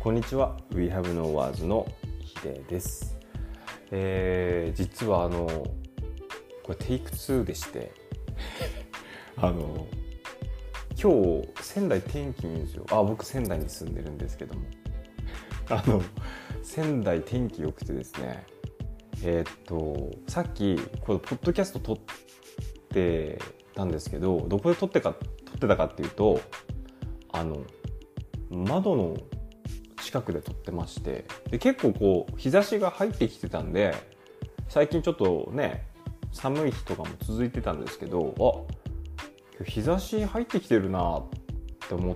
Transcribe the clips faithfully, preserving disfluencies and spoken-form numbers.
こんにちは。We have no words のヒデです。えー、実はあのこれテイクツーでしてあの今日仙台天気いいんですよ。あ、僕仙台に住んでるんですけどもあの仙台天気良くてですね、えー、っとさっきこのポッドキャスト撮ってたんですけど、どこで撮ってか撮ってたかっていうと、あの窓の近くで撮ってまして、で結構こう日差しが入ってきてたんで、最近ちょっとね寒い日とかも続いてたんですけど、あ、日差し入ってきてるなって思って、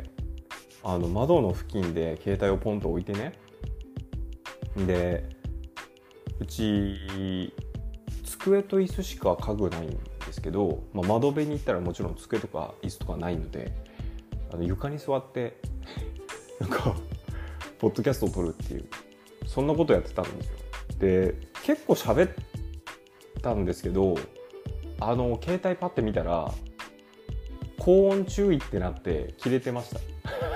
あの窓の付近で携帯をポンと置いてね、でうち机と椅子しか家具ないんですけど、まあ、窓辺に行ったらもちろん机とか椅子とかないので、あの床に座ってなんかポッドキャストを撮るっていう、そんなことやってたんですよ。で結構喋ったんですけど、あの携帯パッて見たら高音注意ってなって切れてました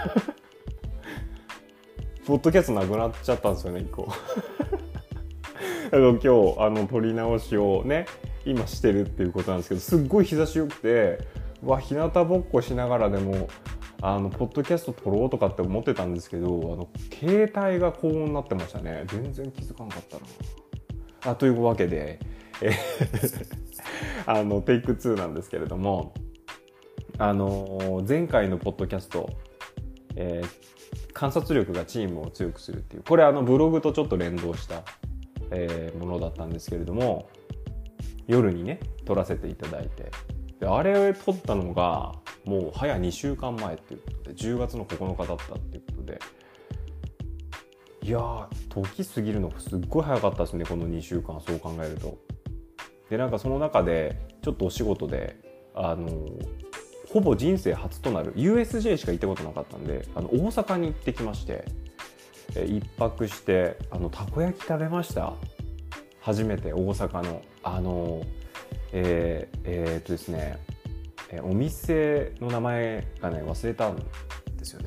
ポッドキャストなくなっちゃったんですよね、一個だから今日あの撮り直しをね今してるっていうことなんですけど、すっごい日差し良くて、わ日向ぼっこしながらでもあのポッドキャスト撮ろうとかって思ってたんですけど、あの携帯が高音になってましたね。全然気づかなかったなあ。というわけで、えあのテイクツーなんですけれども、あの前回のポッドキャスト、えー、観察力がチームを強くするっていう、これあのブログとちょっと連動した、えー、ものだったんですけれども、夜にね撮らせていただいて、であれを撮ったのがもう早にしゅうかんまえっていうことで、じゅうがつのここのかだったっていうことで、いやー時過ぎるのすっごい早かったですね、このにしゅうかん。そう考えると。でなんかその中でちょっとお仕事であのほぼ人生初となる ユーエスジェー しか行ったことなかったんで、あの大阪に行ってきまして、え一泊してあのたこ焼き食べました。初めて大阪のあのえー、えー、っとですねお店の名前がね忘れたんですよね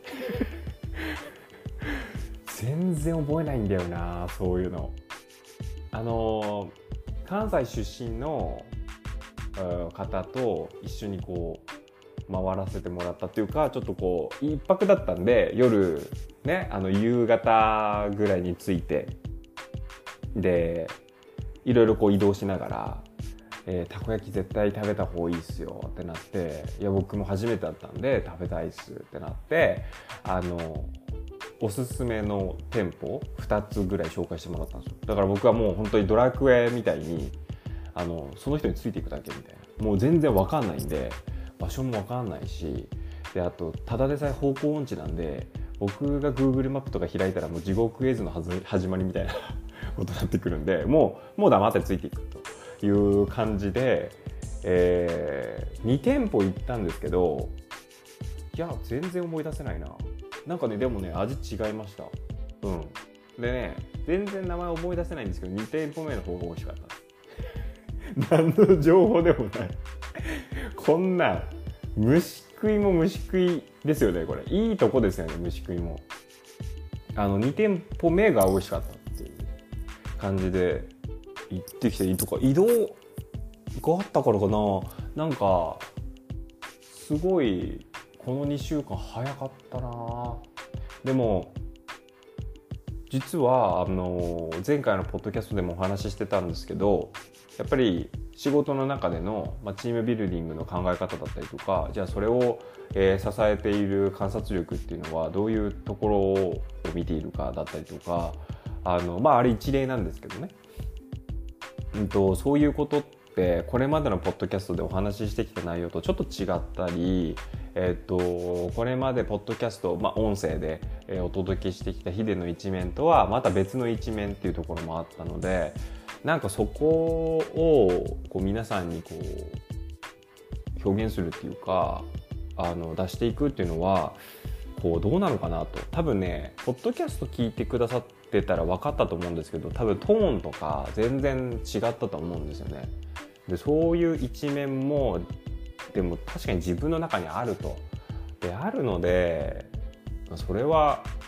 全然覚えないんだよな、そういうの。あの関西出身の方と一緒にこう回らせてもらったっていうか、ちょっとこう一泊だったんで、夜ねあの夕方ぐらいに着いて、でいろいろこう移動しながら、えー、たこ焼き絶対食べた方がいいっすよってなって、いや僕も初めてだったんで食べたいっすってなって、あのおすすめの店舗ふたつぐらい紹介してもらったんですよ。だから僕はもう本当にドラクエみたいに、あのその人についていくだけみたいな、もう全然わかんないんで、場所もわかんないし、であとただでさえ方向音痴なんで、僕が Google マップとか開いたらもう地獄絵図の始まりみたいなことになってくるんで、もうもう黙ってついていくという感じで、えー、に店舗行ったんですけど、いや全然思い出せないな。なんかねでもね味違いました。うんでね全然名前思い出せないんですけど、に店舗目の方が美味しかったです何の情報でもないこんな虫食いも虫食いですよね。これいいとこですよね、虫食いも。あのに店舗目が美味しかったっていう感じで行ってきて、いいとか移動があったからかな、なんかすごいこのにしゅうかん早かったな。でも実はあの前回のポッドキャストでもお話ししてたんですけど、やっぱり仕事の中での、まあ、チームビルディングの考え方だったりとか、じゃあそれを、えー、支えている観察力っていうのはどういうところを見ているかだったりとか、あのまああれ一例なんですけどね、うんと、そういうことってこれまでのポッドキャストでお話ししてきた内容とちょっと違ったり、えっと、これまでポッドキャスト、まあ、音声でお届けしてきたヒデの一面とはまた別の一面っていうところもあったので、なんかそこをこう皆さんにこう表現するっていうか、あの出していくっていうのはこうどうなのかなと。多分ねポッドキャスト聞いてくださってたら分かったと思うんですけど、多分トーンとか全然違ったと思うんですよね。でそういう一面もでも確かに自分の中にあるとであるので、それは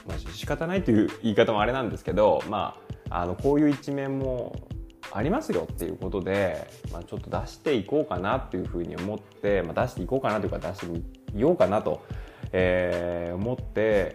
まあ、仕方ないという言い方もあれなんですけど、まあ、あのこういう一面もありますよっていうことで、まあ、ちょっと出していこうかなっていうふうに思って、まあ、出していこうかなというか出してみようかなと、えー、思って、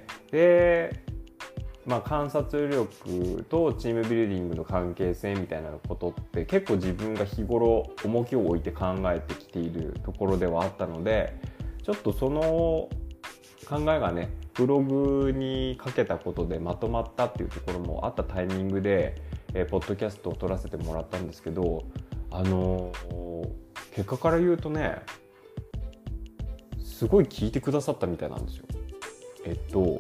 で、まあ、観察力とチームビルディングの関係性みたいなことって結構自分が日頃重きを置いて考えてきているところではあったので、ちょっとその考えがねブログにかけたことでまとまったっていうところもあったタイミングで、えー、ポッドキャストを撮らせてもらったんですけど、あのー、結果から言うとねすごい聞いてくださったみたいなんですよ。えっと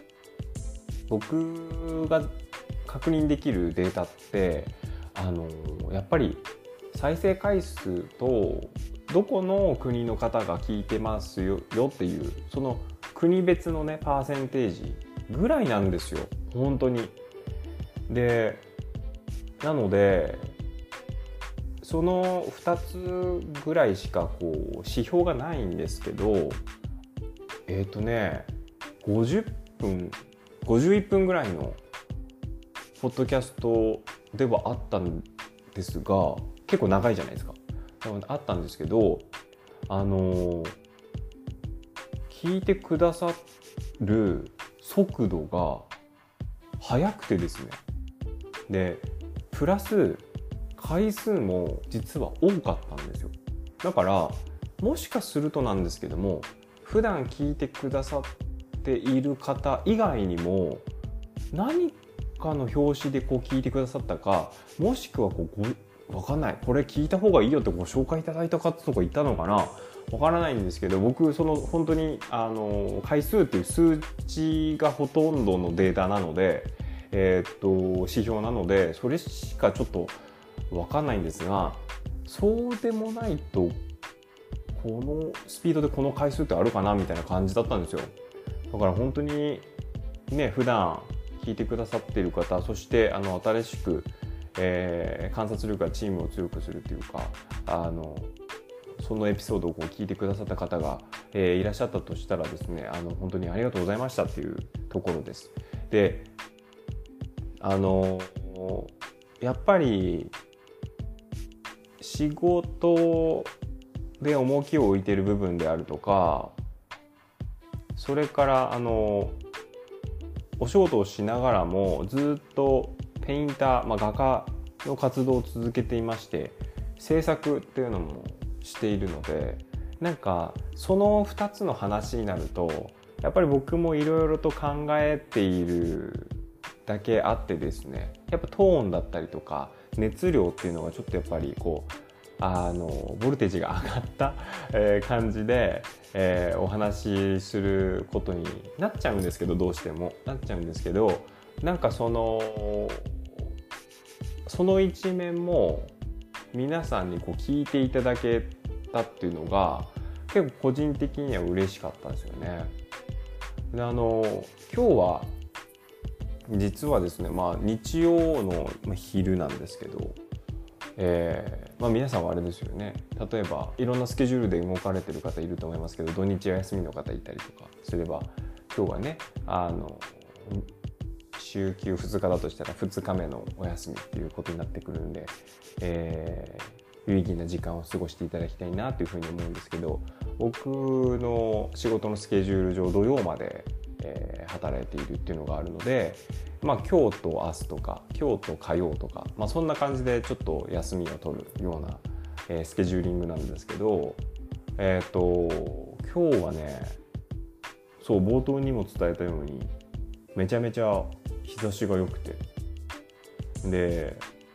僕が確認できるデータってあのやっぱり再生回数とどこの国の方が聞いてますよっていうその国別のねパーセンテージぐらいなんですよ本当に。でなのでそのふたつぐらいしかこう指標がないんですけど、えっとねごじゅっぷんごじゅういっぷんぐらいのポッドキャストではあったんですが、結構長いじゃないですか。あったんですけど、あの聞いてくださる速度が速くてですね、でプラス回数も実は多かったんですよ。だからもしかするとなんですけども、普段聞いてくださっている方以外にも何かの表紙でこう聞いてくださったか、もしくはこうご分かんない、これ聞いた方がいいよってご紹介いただいた方とかいたのかな、わからないんですけど、僕その本当にあの回数っていう数値がほとんどのデータなので、えー、っと指標なのでそれしかちょっとわかんないんですが、そうでもないとこのスピードでこの回数ってあるかなみたいな感じだったんですよ。だから本当にね、普段聞いてくださっている方、そしてあの新しく、えー、観察力がチームを強くするというか、あのそのエピソードをこう聞いてくださった方が、えー、いらっしゃったとしたらですね、あの本当にありがとうございましたっていうところです。で、あのやっぱり仕事で重きを置いている部分であるとか、それからあのお仕事をしながらもずっとペインター、まあ、画家の活動を続けていまして、制作っていうのもしているので、なんかそのふたつの話になるとやっぱり僕もいろいろと考えているだけあってですね、やっぱトーンだったりとか熱量っていうのがちょっとやっぱりこうあのボルテージが上がった、えー、感じで、えー、お話しすることになっちゃうんですけど、どうしてもなっちゃうんですけど、なんかそのその一面も皆さんにこう聞いていただけたっていうのが結構個人的には嬉しかったですよね。で、あの今日は実はですね、まあ、日曜の昼なんですけど、えーまあ、皆さんはあれですよね、例えばいろんなスケジュールで動かれてる方いると思いますけど、土日は休みの方いたりとかすれば、今日はね、あの週休ふつかだとしたらふつかめのお休みっていうことになってくるんで、えー、有意義な時間を過ごしていただきたいなというふうに思うんですけど、僕の仕事のスケジュール上土曜まで、えー、働いているっていうのがあるので、まあ、今日と明日とか今日と火曜とか、まあ、そんな感じでちょっと休みを取るような、えー、スケジューリングなんですけど、えっと今日はね、そう冒頭にも伝えたようにめちゃめちゃ日差しが良くて、で、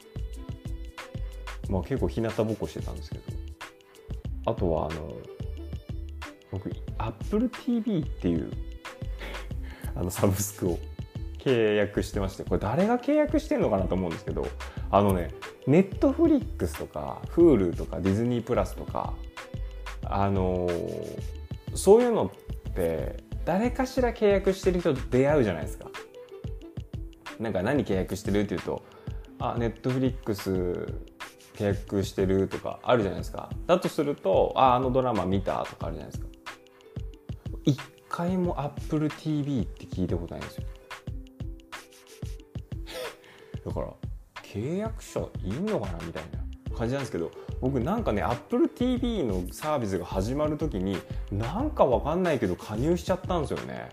まあ、結構日向ぼっこしてたんですけど、あとはあの僕 Apple ティーブイ っていうあのサブスクを契約してまして、これ誰が契約してんのかなと思うんですけど、あのね、Netflix とか Hulu とかディズニープラスとか、あのー、そういうのって誰かしら契約してる人と出会うじゃないですか。なんか何契約してるって言うと、あ、Netflix 契約してるとかあるじゃないですか。だとすると、あ、あのドラマ見たとかあるじゃないですか。一回も Apple ティーブイ って聞いたことないんですよ。 だから契約者いんのかなみたいな感じなんですけど、僕なんかね Apple ティーブイ のサービスが始まる時になんかわかんないけど加入しちゃったんですよね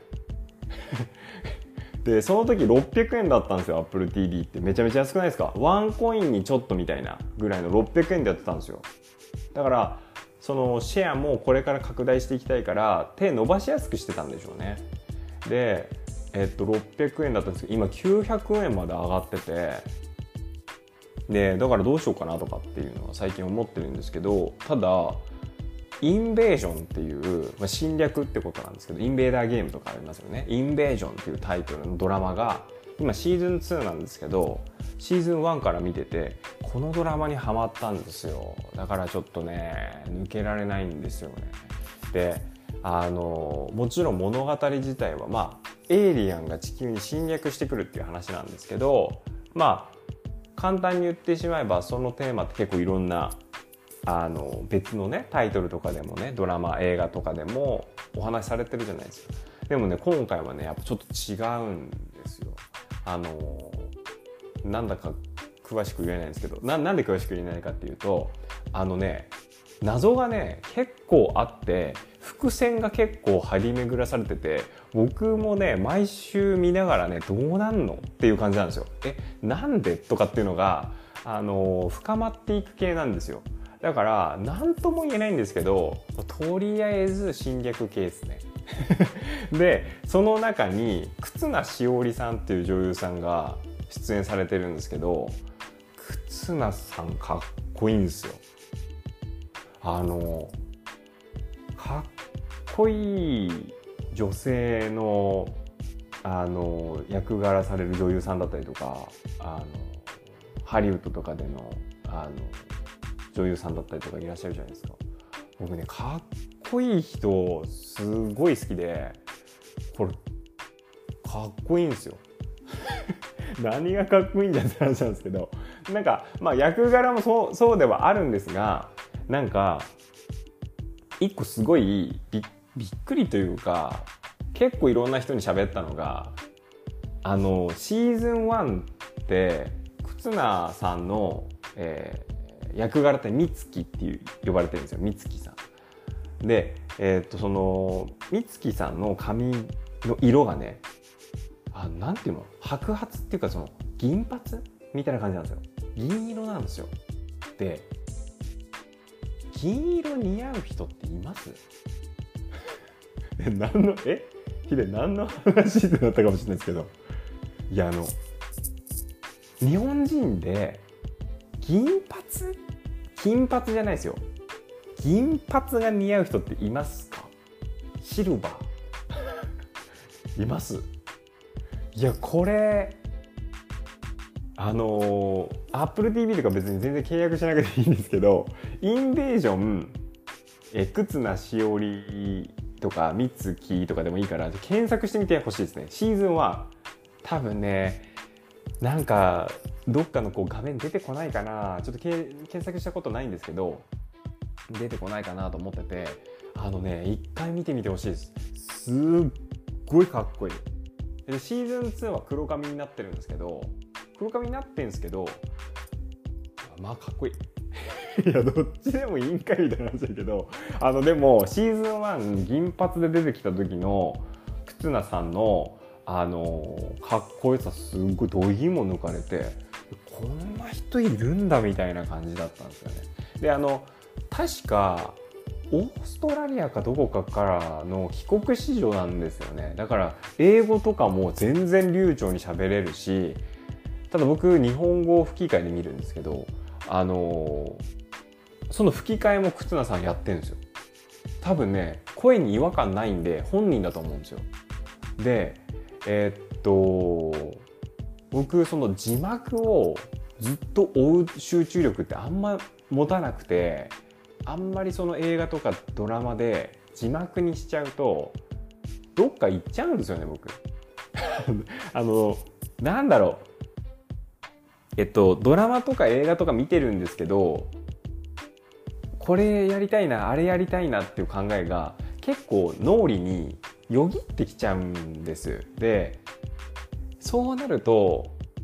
でその時ろっぴゃくえんだったんですよ。 Apple ティーブイ ってめちゃめちゃ安くないですか。ワンコインにちょっとみたいなぐらいのろっぴゃくえんでやってたんですよ。だからそのシェアもこれから拡大していきたいから手伸ばしやすくしてたんでしょうね。で、えっと、ろっぴゃくえんだったんですけど今きゅうひゃくえんまで上がってて、でだからどうしようかなとかっていうのは最近思ってるんですけど、ただインベージョンっていう、まあ、侵略ってことなんですけど、インベーダーゲームとかありますよね。インベージョンっていうタイトルのドラマが今シーズンツーなんですけど、シーズンワンから見ててこのドラマにハマったんですよ。だからちょっとね抜けられないんですよね。であのもちろん物語自体はまあエイリアンが地球に侵略してくるっていう話なんですけど、まあ簡単に言ってしまえばそのテーマって結構いろんなあの別のねタイトルとかでもね、ドラマ映画とかでもお話しされてるじゃないですか。でもね今回はねやっぱちょっと違うんですよ。あのなんだか詳しく言えないんですけど、 な, なんで詳しく言えないかっていうと、あのね謎がね結構あって伏線が結構張り巡らされてて、僕もね毎週見ながらねどうなんのっていう感じなんですよ。えなんでとかっていうのがあの深まっていく系なんですよ。だから何とも言えないんですけど、とりあえず侵略系ですねでその中に忽那しおりさんっていう女優さんが出演されてるんですけど、忽那さんかっこいいんですよ。あのかっこいい女性のあの役柄される女優さんだったりとか、あのハリウッドとかでのあの女優さんだったりとかいらっしゃるじゃないですか。僕ねかっこいい人すごい好きで、これかっこいいんですよ何がかっこいいんだって話なんですけど、なんかまあ役柄もそう、そうではあるんですが、なんか一個すごい び, びっくりというか結構いろんな人に喋ったのが、あのシーズンワンって忽那さんの、えー役柄って美月っていう呼ばれてるんですよ。美月さんで、えー、っとその美月さんの髪の色がね、あなんていうの、白髪っていうかその銀髪みたいな感じなんですよ。銀色なんですよ。で銀色似合う人っていますえ何のえヒデ何の話ってなったかもしれないですけど、いやあの日本人で銀髪金髪じゃないですよ、銀髪が似合う人っていますか？シルバーいます？いやこれあのー、Apple ティーブイ とか別に全然契約しなくていいんですけど、インベージョンえ忽那しおりとか美月とかでもいいから検索してみてほしいですね。シーズンは多分ねなんかどっかのこう画面出てこないかな、ちょっと検索したことないんですけど出てこないかなと思ってて、あのね一回見てみてほしいです。すっごいかっこいい。でシーズンツーは黒髪になってるんですけど、黒髪になってるんですけどまあかっこいいいやどっちでもいいんかいみたいな話だけど、あのでもシーズンワン銀髪で出てきた時の忽那さんのあのかっこよさすごい度肝抜かれて、こんな人いるんだみたいな感じだったんですよね。であの確かオーストラリアかどこかからの帰国子女なんですよね。だから英語とかも全然流暢に喋れるし、ただ僕日本語吹き替えで見るんですけど、あのその吹き替えも忽那さんやってるんですよ。多分ね声に違和感ないんで本人だと思うんですよ。でえー、っと僕その字幕をずっと追う集中力ってあんま持たなくて、あんまりその映画とかドラマで字幕にしちゃうとどっか行っちゃうんですよね僕あのなんだろうえっとドラマとか映画とか見てるんですけど、これやりたいなあれやりたいなっていう考えが結構脳裏によぎってきちゃうんです。でそうなると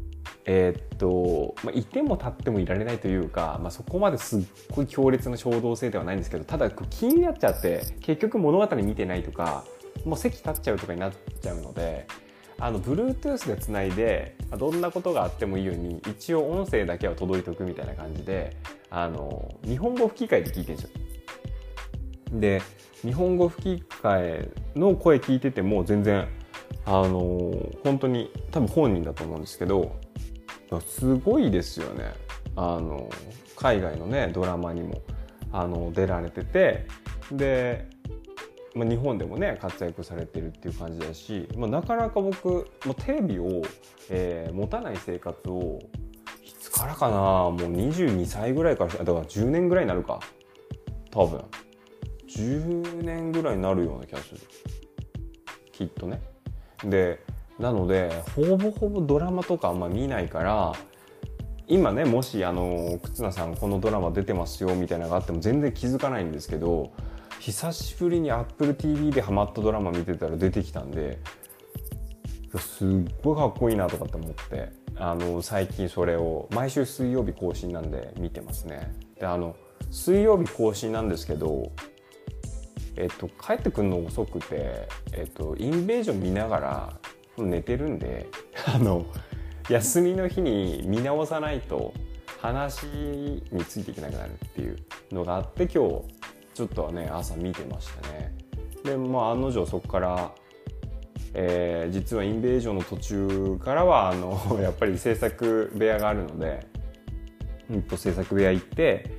えーっとまあ、いても立ってもいられないというか、まあ、そこまですっごい強烈な衝動性ではないんですけど、ただ気になっちゃって結局物語見てないとかもう席立っちゃうとかになっちゃうので、あの Bluetooth でつないでどんなことがあってもいいように一応音声だけは届いておくみたいな感じで、あの日本語吹き替えで聞いてるんですよ。で日本語吹き替えの声聞いてても全然あの本当に多分本人だと思うんですけど、すごいですよね。あの海外のねドラマにもあの出られてて、で、まあ、日本でもね活躍されてるっていう感じだし、まあ、なかなか僕もうテレビを、えー、持たない生活をいつからかな、もうにじゅうにさいぐらいからだからじゅうねんぐらいになるか、多分じゅうねんぐらいになるような気がする、きっとね。でなのでほぼほぼドラマとかあんま見ないから、今ねもしあの忽那さんこのドラマ出てますよみたいなのがあっても全然気づかないんですけど、久しぶりに Apple ティーブイ でハマったドラマ見てたら出てきたんで、すっごいかっこいいなとかって思って、あの最近それを毎週水曜日更新なんで見てますね。であの水曜日更新なんですけど、えっと、帰ってくるの遅くて、えっと、インベージョン見ながら寝てるんで、あの休みの日に見直さないと話についていけなくなるっていうのがあって、今日ちょっとはね朝見てましたね。でまあ案の定そこから、えー、実はインベージョンの途中からはあのやっぱり制作部屋があるので、うんと制作部屋行って、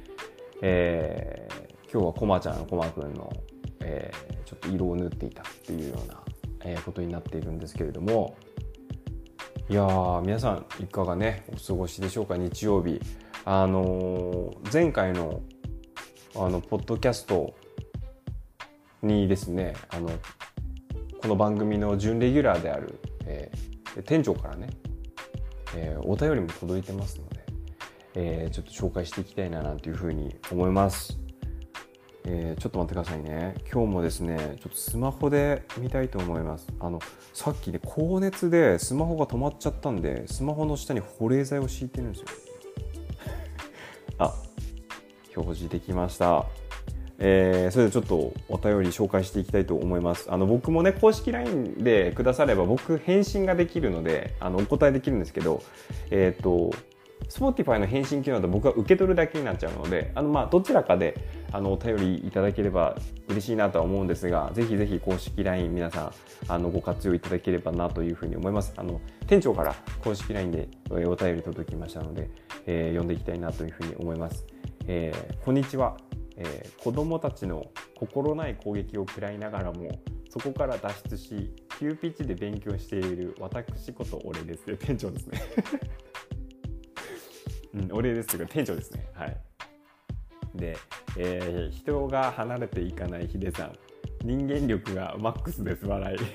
えー、今日はコマちゃんコマくんのえー、ちょっと色を塗っていたっていうような、えー、ことになっているんですけれども、いやー皆さんいかがねお過ごしでしょうか。日曜日、あのー、前回のあのポッドキャストにですね、あのこの番組の準レギュラーである、えー、店長からね、えー、お便りも届いてますので、えー、ちょっと紹介していきたいななんていうふうに思います。えー、ちょっと待ってくださいね。今日もですねちょっとスマホで見たいと思います。あのさっきね高熱でスマホが止まっちゃったんで、スマホの下に保冷剤を敷いてるんですよあ、表示できました。えー、それでちょっとお便り紹介していきたいと思います。あの僕もね公式 ライン でくだされば僕返信ができるので、あのお答えできるんですけど、えっとSpotify の返信機能で僕は受け取るだけになっちゃうので、あのまあどちらかであのお便りいただければ嬉しいなとは思うんですが、ぜひぜひ公式 ライン 皆さんあのご活用いただければなというふうに思います。あの店長から公式 ライン でお便り届きましたので、えー、読んでいきたいなというふうに思います。えー、こんにちは、えー、子どもたちの心ない攻撃を食らいながらもそこから脱出し急ピッチで勉強している私こと俺です。店長ですねうん、お礼ですけど店長ですね。はい。で、えー、人が離れていかないヒデさん、人間力がマックスです笑い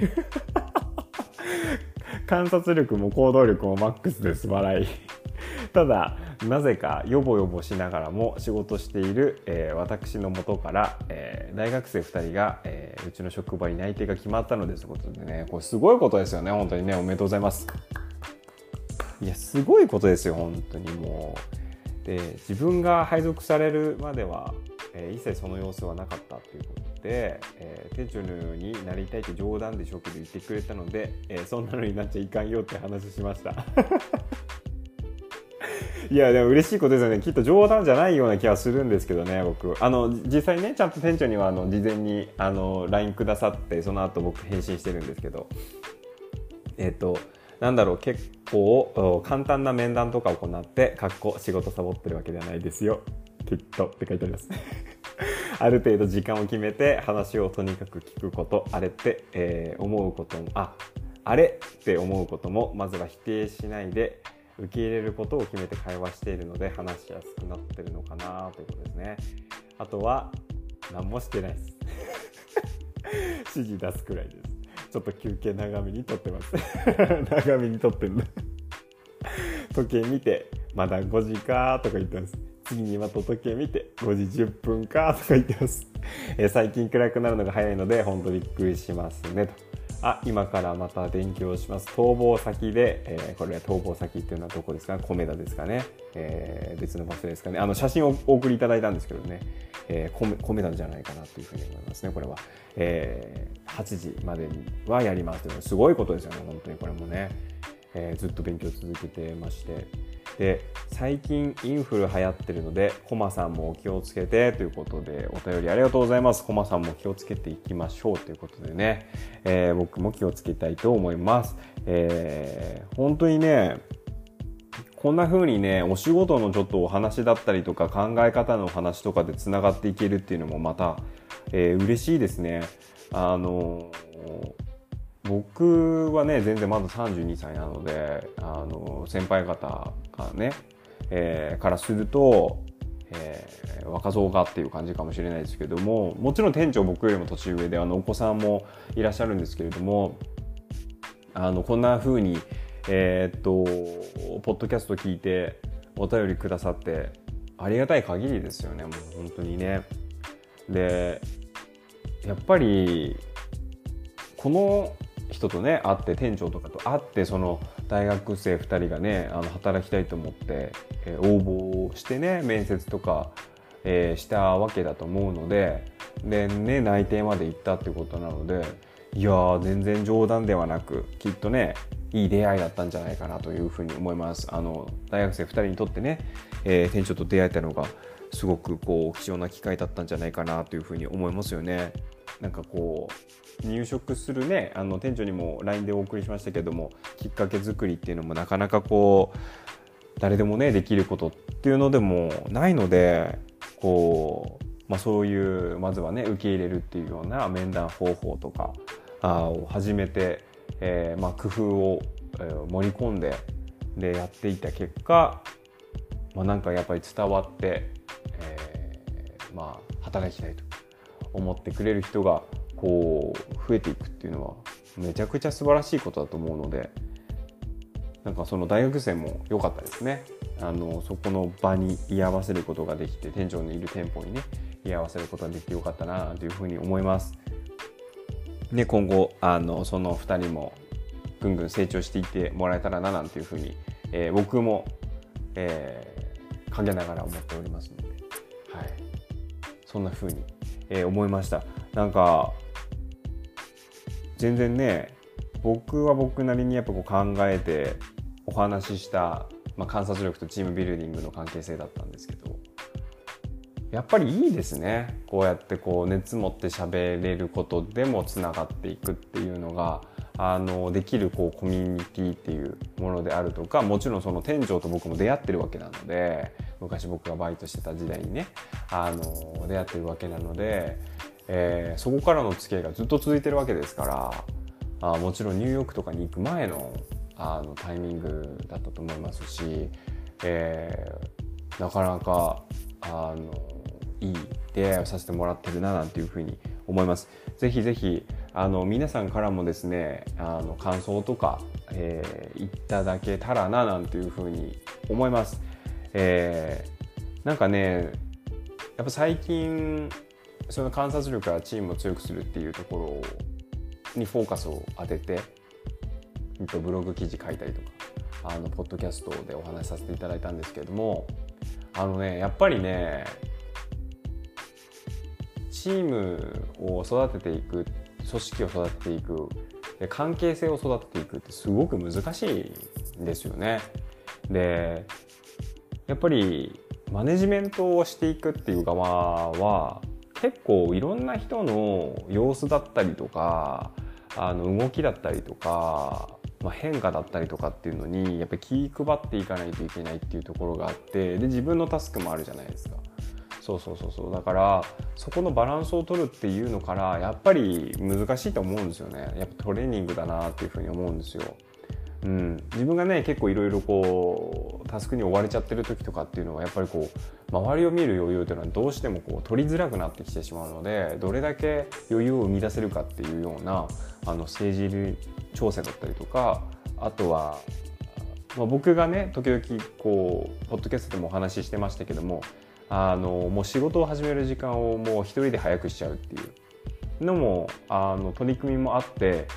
観察力も行動力もマックスです笑いただなぜかヨボヨボしながらも仕事している、えー、私の元から、えー、大学生ふたりが、えー、うちの職場に内定が決まったのですということでね、これすごいことですよね。本当にね、おめでとうございます。いやすごいことですよ本当に。もうで自分が配属されるまでは、えー、一切その様子はなかったということで、えー、店長のようになりたいって冗談で職で言ってくれたので、えー、そんなのになっちゃいかんよって話しましたいやでも嬉しいことですよね。きっと冗談じゃないような気はするんですけどね。僕あの実際ねちゃんと店長にはあの事前にあの ライン くださって、その後僕返信してるんですけど、えっとなんだろう、結構簡単な面談とかを行ってかっこ仕事サボってるわけではないですよきっとって書いてありますある程度時間を決めて話をとにかく聞くこと、あれって、えー、思うこともああれって思うこともまずは否定しないで受け入れることを決めて会話しているので話しやすくなってるのかなということですね。あとは何もしてないです指示出すくらいです。ちょっと休憩長めにとってます長めにとってるの時計見てまだごじかとか言ってます。次にまた時計見てごじじゅっぷんかとか言ってます、えー、最近暗くなるのが早いので本当びっくりしますねと。 あ、今からまた勉強します。逃亡先で、えー、これは逃亡先っていうのはどこですか？米田ですかね、えー、別の場所ですかね。あの写真をお送りいただいたんですけどね、えー、米, 米田じゃないかなというふうに思いますね。これは、えー、はちじまでにはやりますというのはすごいことですよね。本当にこれもね、えー、ずっと勉強続けてまして、で最近インフル流行ってるのでコマさんもお気をつけてということで、お便りありがとうございます。コマさんも気をつけていきましょうということでね、えー、僕も気をつけたいと思います。えー、本当にね、こんな風にね、お仕事のちょっとお話だったりとか考え方のお話とかでつながっていけるっていうのもまた、えー、嬉しいですね。あの僕はね全然まださんじゅうにさいなので、あの先輩方がね、えー、からすると、えー、若造がっていう感じかもしれないですけども、もちろん店長僕よりも年上で、あのお子さんもいらっしゃるんですけれども、あのこんな風にえー、っとポッドキャスト聞いてお便りくださってありがたい限りですよね。もう本当にね。でやっぱりこの人とね会って、店長とかと会って、その大学生ふたりがねあの働きたいと思って、えー、応募してね面接とか、えー、したわけだと思うので、でね内定まで行ったっていうことなので、いやー全然冗談ではなくきっとねいい出会いだったんじゃないかなというふうに思います。あの大学生ふたりにとってね、えー、店長と出会えたのがすごくこう貴重な機会だったんじゃないかなというふうに思いますよね。なんかこう入職するね、あの店長にも ライン でお送りしましたけども、きっかけ作りっていうのもなかなかこう誰でもねできることっていうのでもないので、こう、まあ、そういうまずはね受け入れるっていうような面談方法とかあを始めて、えーまあ、工夫を、えー、盛り込んででやっていた結果、まあ、なんかやっぱり伝わって、えーまあ、働きたいと思ってくれる人がこう増えていくっていうのはめちゃくちゃ素晴らしいことだと思うので、なんかその大学生も良かったですね。あのそこの場に居合わせることができて、店長のいる店舗にね居合わせることができて良かったなというふうに思います。で今後あのそのふたりもぐんぐん成長していってもらえたらななんていうふうに、えー、僕も、えー、陰ながら思っておりますので、はい、そんなふうに、えー、思いました。なんか全然ね、僕は僕なりにやっぱこう考えてお話しした、まあ、観察力とチームビルディングの関係性だったんですけど、やっぱりいいですね。こうやってこう熱持って喋れることでもつながっていくっていうのがあのできるこうコミュニティっていうものであるとか、もちろんその店長と僕も出会ってるわけなので、昔僕がバイトしてた時代にねあの出会ってるわけなので、えー、そこからの付き合いがずっと続いてるわけですから、あもちろんニューヨークとかに行く前の、あのタイミングだったと思いますし、えー、なかなかあのいい出会いをさせてもらってるななんていうふうに思います。ぜひぜひあの皆さんからもですね、あの感想とか、えー、いただけたらななんていうふうに思います。えー、なんかねやっぱ最近その観察力やチームを強くするっていうところにフォーカスを当てて、ブログ記事書いたりとかあのポッドキャストでお話しさせていただいたんですけれども、あのねやっぱりねチームを育てていく、組織を育てていく、関係性を育てていくってすごく難しいんですよね。でやっぱりマネジメントをしていくっていう側は結構いろんな人の様子だったりとか、あの動きだったりとか、まあ、変化だったりとかっていうのにやっぱり気配っていかないといけないっていうところがあって、で自分のタスクもあるじゃないですか。そうそうそうそう、だからそこのバランスを取るっていうのからやっぱり難しいと思うんですよね。やっぱトレーニングだなっていうふうに思うんですよ。うん、自分がね結構いろいろこうタスクに追われちゃってる時とかっていうのはやっぱりこう周りを見る余裕というのはどうしてもこう取りづらくなってきてしまうので、どれだけ余裕を生み出せるかっていうようなあの政治調整だったりとか、あとは、まあ、僕がね時々こうポッドキャストでもお話ししてましたけども、あのもう仕事を始める時間をもう一人で早くしちゃうっていうのもあの取り組みもあって、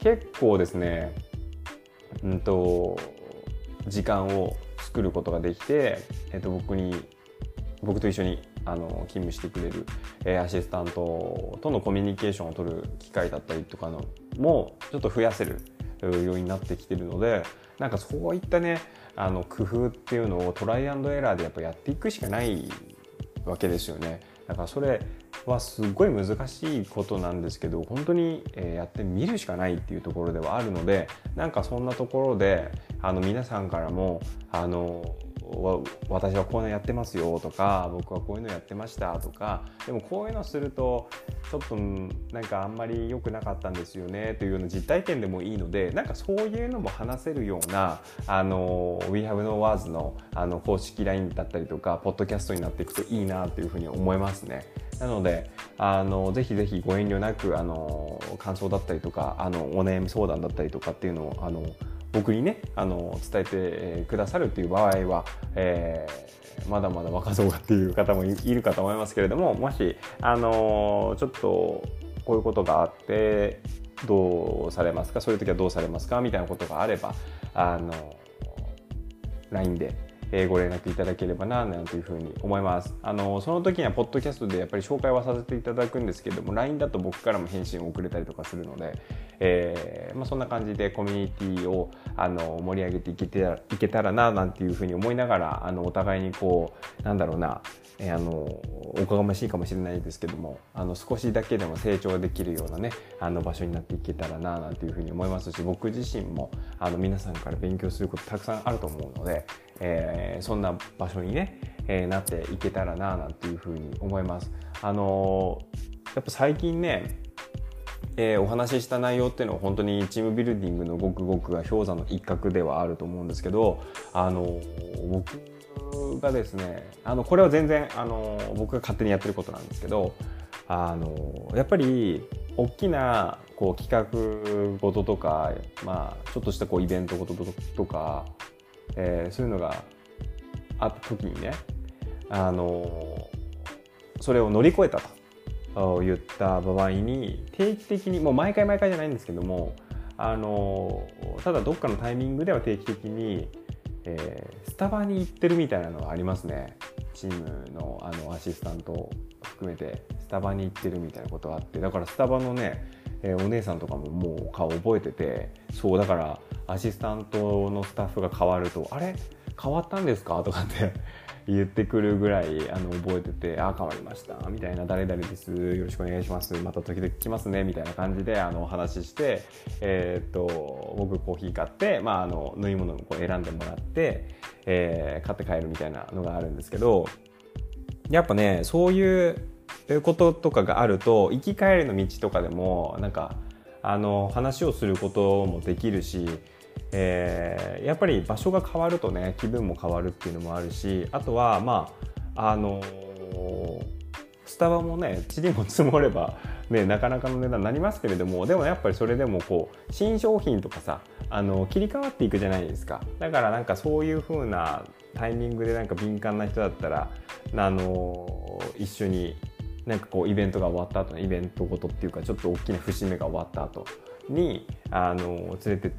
結構ですね、うんと時間を作ることができて、えっと、僕に僕と一緒にあの勤務してくれる、えー、アシスタントとのコミュニケーションを取る機会だったりとかのもちょっと増やせるようになってきてるので、なんかそういったねあの工夫っていうのをトライアンドエラーでやっぱやっていくしかないわけですよね。だからそれはすごい難しいことなんですけど、本当にやってみるしかないっていうところではあるので、なんかそんなところであの皆さんからもあの私はこういうのやってますよとか、僕はこういうのやってましたとか、でもこういうのするとちょっとなんかあんまり良くなかったんですよねというような実体験でもいいので、なんかそういうのも話せるようなあの We Have No Words の, あの公式 ライン だったりとかポッドキャストになっていくといいなというふうに思いますね。なのであのぜひぜひご遠慮なくあの感想だったりとかあのお悩み相談だったりとかっていうのをあの僕にねあの伝えてくださるっていう場合は、えー、まだまだ若造がっていう方もいるかと思いますけれども、もしあのちょっとこういうことがあってどうされますか、そういう時はどうされますかみたいなことがあればあの ライン でご連絡いただければななんていうふうに思います。あのその時にはポッドキャストでやっぱり紹介はさせていただくんですけども、 ライン だと僕からも返信遅れたりとかするので、えーまあ、そんな感じでコミュニティをあの盛り上げていけていけたらななんていうふうに思いながら、あのお互いにこうなんだろうな、えー、あのおかがましいかもしれないですけども、あの少しだけでも成長できるようなねあの場所になっていけたらななんていうふうに思いますし、僕自身もあの皆さんから勉強することたくさんあると思うので、えー、そんな場所にね、えー、なっていけたらななんていうふうに思います。あのー、やっぱ最近ね、えー、お話しした内容っていうのは本当にチームビルディングのごくごくが氷山の一角ではあると思うんですけど、あのー、僕がですねあのこれは全然、あのー、僕が勝手にやってることなんですけど、あのー、やっぱり大きなこう企画ごととか、まあ、ちょっとしたこうイベントごととか、えー、そういうのがあった時にね、あのー、それを乗り越えたと言った場合に定期的にもう毎回毎回じゃないんですけども、あのー、ただどっかのタイミングでは定期的に、えー、スタバに行ってるみたいなのがありますね。チーム の, あのアシスタントを含めてスタバに行ってるみたいなことがあって、だからスタバのね、えー、お姉さんとかももう顔覚えてて、そうだからアシスタントのスタッフが変わると、あれ変わったんですかとかって言ってくるぐらいあの覚えてて、あ変わりましたみたいな、誰々ですよろしくお願いしますまた時々来ますねみたいな感じであのお話しして、えー、っと僕コーヒー買って、まあ、あの飲み物をこう選んでもらって、えー、買って帰るみたいなのがあるんですけど、やっぱねそういうこととかがあると行き帰りの道とかでもなんかあの話をすることもできるし、えー、やっぱり場所が変わるとね気分も変わるっていうのもあるし、あとはまああのスタバもね塵も積もればねなかなかの値段になりますけれども、でもやっぱりそれでもこう新商品とかさあの切り替わっていくじゃないですか。だからなんかそういう風なタイミングでなんか敏感な人だったらあの一緒になんかこうイベントが終わった後のイベントごとっていうかちょっと大きな節目が終わった後にあの連れてって、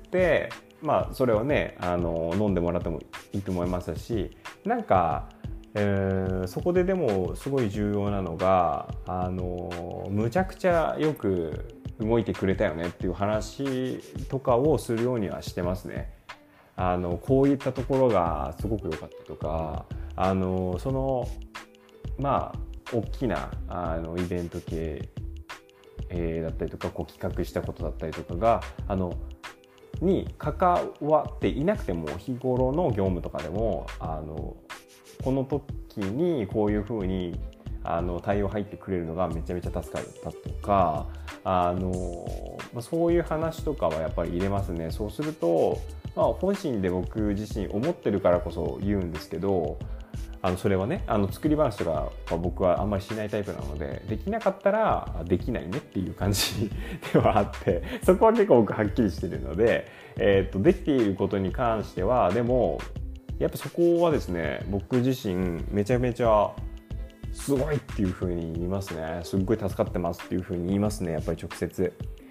まあそれをねあの飲んでもらってもいいと思いますし、なんか、えー、そこででもすごい重要なのがあのむちゃくちゃよく動いてくれたよねっていう話とかをするようにはしてますね。あのこういったところがすごく良かったとか、あのそのまあ大きなあのイベント系、えー、だったりとかこう企画したことだったりとかがあのに関わっていなくても日頃の業務とかでもあのこの時にこういうふうにあの対応入ってくれるのがめちゃめちゃ助かったとか、あのそういう話とかはやっぱり入れますね。そうすると、まあ、本心で僕自身思ってるからこそ言うんですけど、あのそれはねあの作り話とかは僕はあんまりしないタイプなので、できなかったらできないねっていう感じではあって、そこは結構僕はっきりしてるので、えー、っとできていることに関してはでもやっぱそこはですね僕自身めちゃめちゃすごいっていう風に言いますね。すっごい助かってますっていう風に言いますね、やっぱり直接。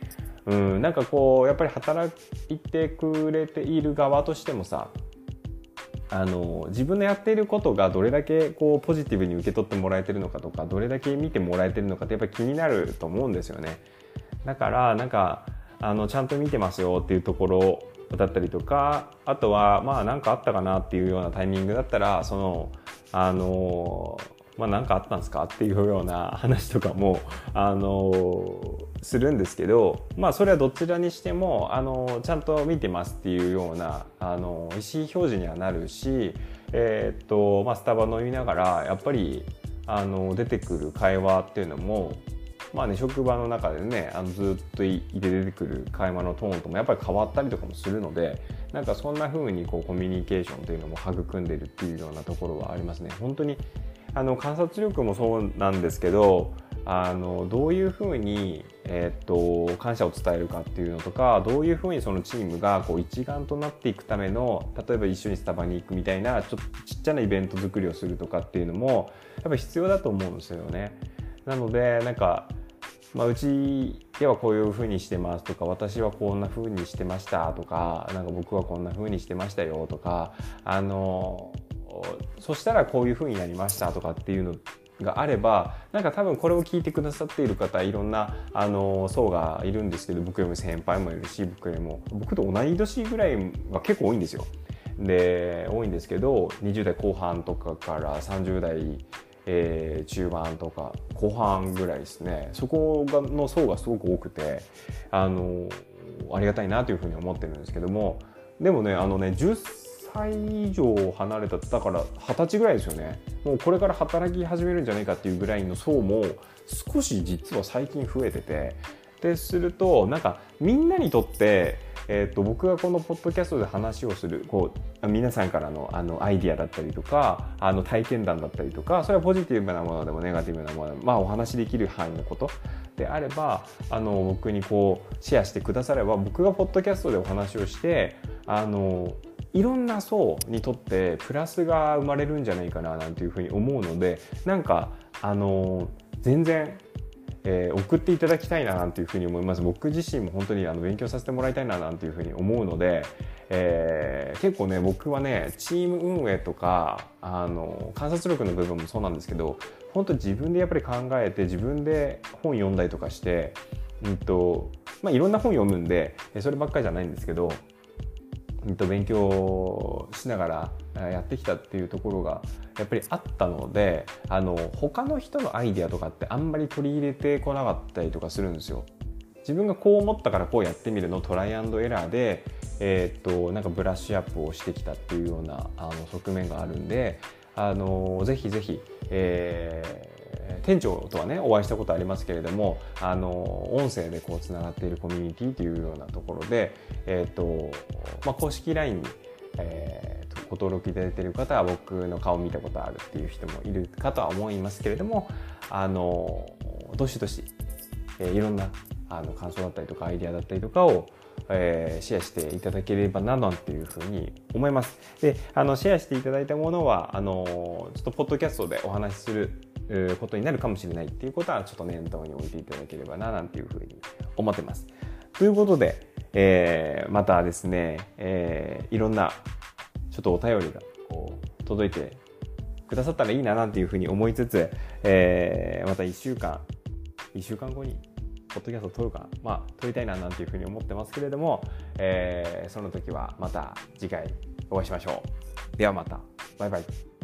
うん、なんかこうやっぱり働いてくれている側としてもさ、あの自分のやっていることがどれだけこうポジティブに受け取ってもらえてるのかとか、どれだけ見てもらえてるのかってやっぱり気になると思うんですよね。だからなんかあのちゃんと見てますよっていうところだったりとか、あとはまあ何かあったかなっていうようなタイミングだったら、そのあのまあ何かあったんですかっていうような話とかもあのするんですけど、まあそれはどちらにしてもあのちゃんと見てますっていうようなあの意思表示にはなるし、えーっとまあスタバ飲みながらやっぱりあの出てくる会話っていうのも、まあね、職場の中でね、あのずっといて出てくる会話のトーンともやっぱり変わったりとかもするので、なんかそんな風にこうコミュニケーションというのも育んでるっていうようなところはありますね。本当にあの観察力もそうなんですけど、あのどういう風に、えー、っと感謝を伝えるかっていうのとか、どういう風にそのチームがこう一丸となっていくための、例えば一緒にスタバに行くみたいなちょっとちっちゃなイベント作りをするとかっていうのもやっぱり必要だと思うんですよね。なのでなんか、まあ、うちではこういう風にしてますとか、私はこんな風にしてましたとか、なんか僕はこんな風にしてましたよとか、あのそしたらこういう風になりましたとかっていうのがあれば、なんか多分これを聞いてくださっている方、いろんなあの層がいるんですけど、僕よりも先輩もいるし、僕よりも僕と同い年ぐらいは結構多いんですよ。で多いんですけど、にじゅう代後半とかからさんじゅう代えー、中盤とか後半ぐらいですね、そこがの層がすごく多くて、あのありがたいなというふうに思ってるんですけども、でもね、あのねじゅっさい以上離れた、だからはたちぐらいですよね。もうこれから働き始めるんじゃないかっていうぐらいの層も少し実は最近増えてて、でするとなんかみんなにとってえー、と僕がこのポッドキャストで話をするこう皆さんからの、あのアイディアだったりとか、あの体験談だったりとか、それはポジティブなものでもネガティブなものでも、まあ、お話しできる範囲のことであれば、あの僕にこうシェアしてくだされば、僕がポッドキャストでお話をして、あのいろんな層にとってプラスが生まれるんじゃないかななんていうふうに思うので、なんかあの全然えー、送っていただきたいななんていうふうに思います。僕自身も本当にあの勉強させてもらいたいななんていうふうに思うので、えー、結構ね僕はねチーム運営とかあの観察力の部分もそうなんですけど、本当自分でやっぱり考えて自分で本読んだりとかして、うんとまあ、いろんな本読むんでそればっかりじゃないんですけど、うんと勉強しながらやってきたっていうところがやっぱりあったので、あの他の人のアイデアとかってあんまり取り入れてこなかったりとかするんですよ。自分がこう思ったからこうやってみるのトライアンドエラーで、えー、っとなんかブラッシュアップをしてきたっていうようなあの側面があるんで、あのぜひぜひ、えー店長とはねお会いしたことありますけれども、あの音声でこうつながっているコミュニティというようなところで、えーとまあ、公式 ライン に、えー、とご登録いただいている方は僕の顔を見たことあるっていう人もいるかとは思いますけれども、あのどしどし、えー、いろんなあの感想だったりとかアイデアだったりとかをえー、シェアしていただければななんていうふうに思います。で、あのシェアしていただいたものはあのちょっとポッドキャストでお話しすることになるかもしれないっていうことはちょっと念頭に置いていただければななんていうふうに思ってます。ということで、えー、またですね、えー、いろんなちょっとお便りがこう届いてくださったらいいななんていうふうに思いつつ、えー、またいっしゅうかんいっしゅうかんごにポッドキャストを撮るか、まあ撮りたいななんていうふうに思ってますけれども、えー、その時はまた次回お会いしましょう。ではまた。バイバイ。